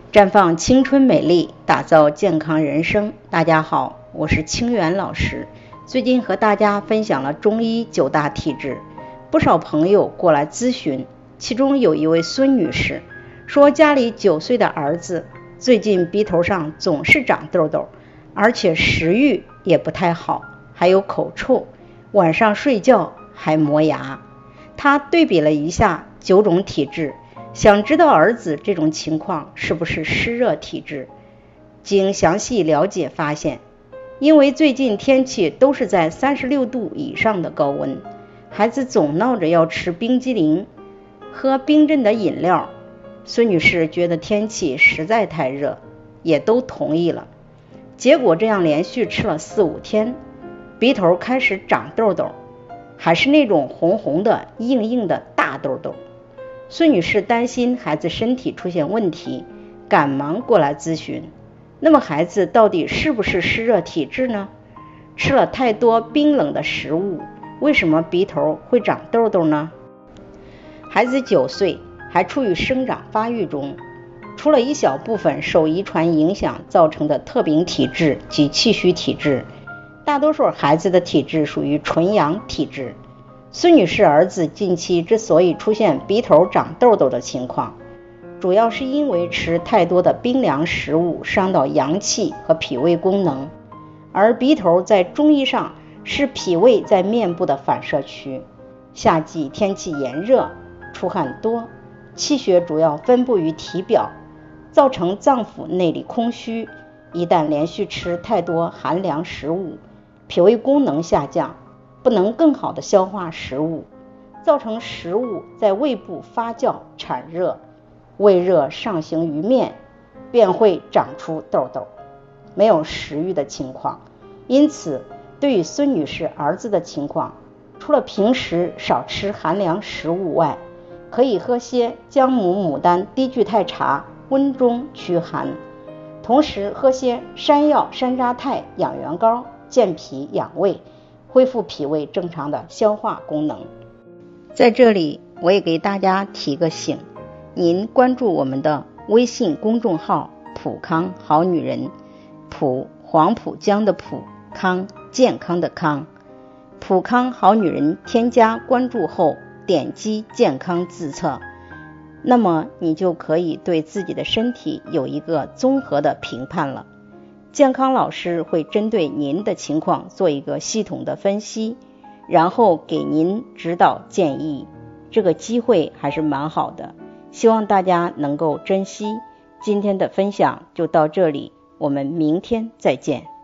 绽放青春美丽，打造健康人生。大家好，我是清源老师。最近和大家分享了中医9大体质，不少朋友过来咨询，其中有一位孙女士说，家里9岁的儿子最近鼻头上总是长痘痘，而且食欲也不太好，还有口臭，晚上睡觉还磨牙。她对比了一下9种体质，想知道儿子这种情况是不是湿热体质。经详细了解发现，因为最近天气都是在36度以上的高温，孩子总闹着要吃冰激凌，喝冰镇的饮料，孙女士觉得天气实在太热，也都同意了。结果这样连续吃了4-5天，鼻头开始长痘痘，还是那种红红的硬硬的大痘痘。孙女士担心孩子身体出现问题，赶忙过来咨询。那么孩子到底是不是湿热体质呢？吃了太多冰冷的食物，为什么鼻头会长痘痘呢？孩子9岁，还处于生长发育中，除了一小部分受遗传影响造成的特禀体质及气虚体质，大多数孩子的体质属于纯阳体质。孙女士儿子近期之所以出现鼻头长痘痘的情况，主要是因为吃太多的冰凉食物伤到阳气和脾胃功能，而鼻头在中医上是脾胃在面部的反射区。夏季天气炎热，出汗多，气血主要分布于体表，造成脏腑内里空虚，一旦连续吃太多寒凉食物，脾胃功能下降，不能更好的消化食物，造成食物在胃部发酵产热，胃热上行于面，便会长出痘痘，没有食欲的情况。因此对于孙女士儿子的情况，除了平时少吃寒凉食物外，可以喝些姜母牡丹低聚肽茶，温中驱寒，同时喝些山药山楂肽养元膏，健脾养胃，恢复脾胃正常的消化功能。在这里我也给大家提个醒，您关注我们的微信公众号普康好女人，普黄浦江的普，康健康的康，普康好女人添加关注后点击健康自测，那么你就可以对自己的身体有一个综合的评判了。健康老师会针对您的情况做一个系统的分析，然后给您指导建议。这个机会还是蛮好的，希望大家能够珍惜。今天的分享就到这里，我们明天再见。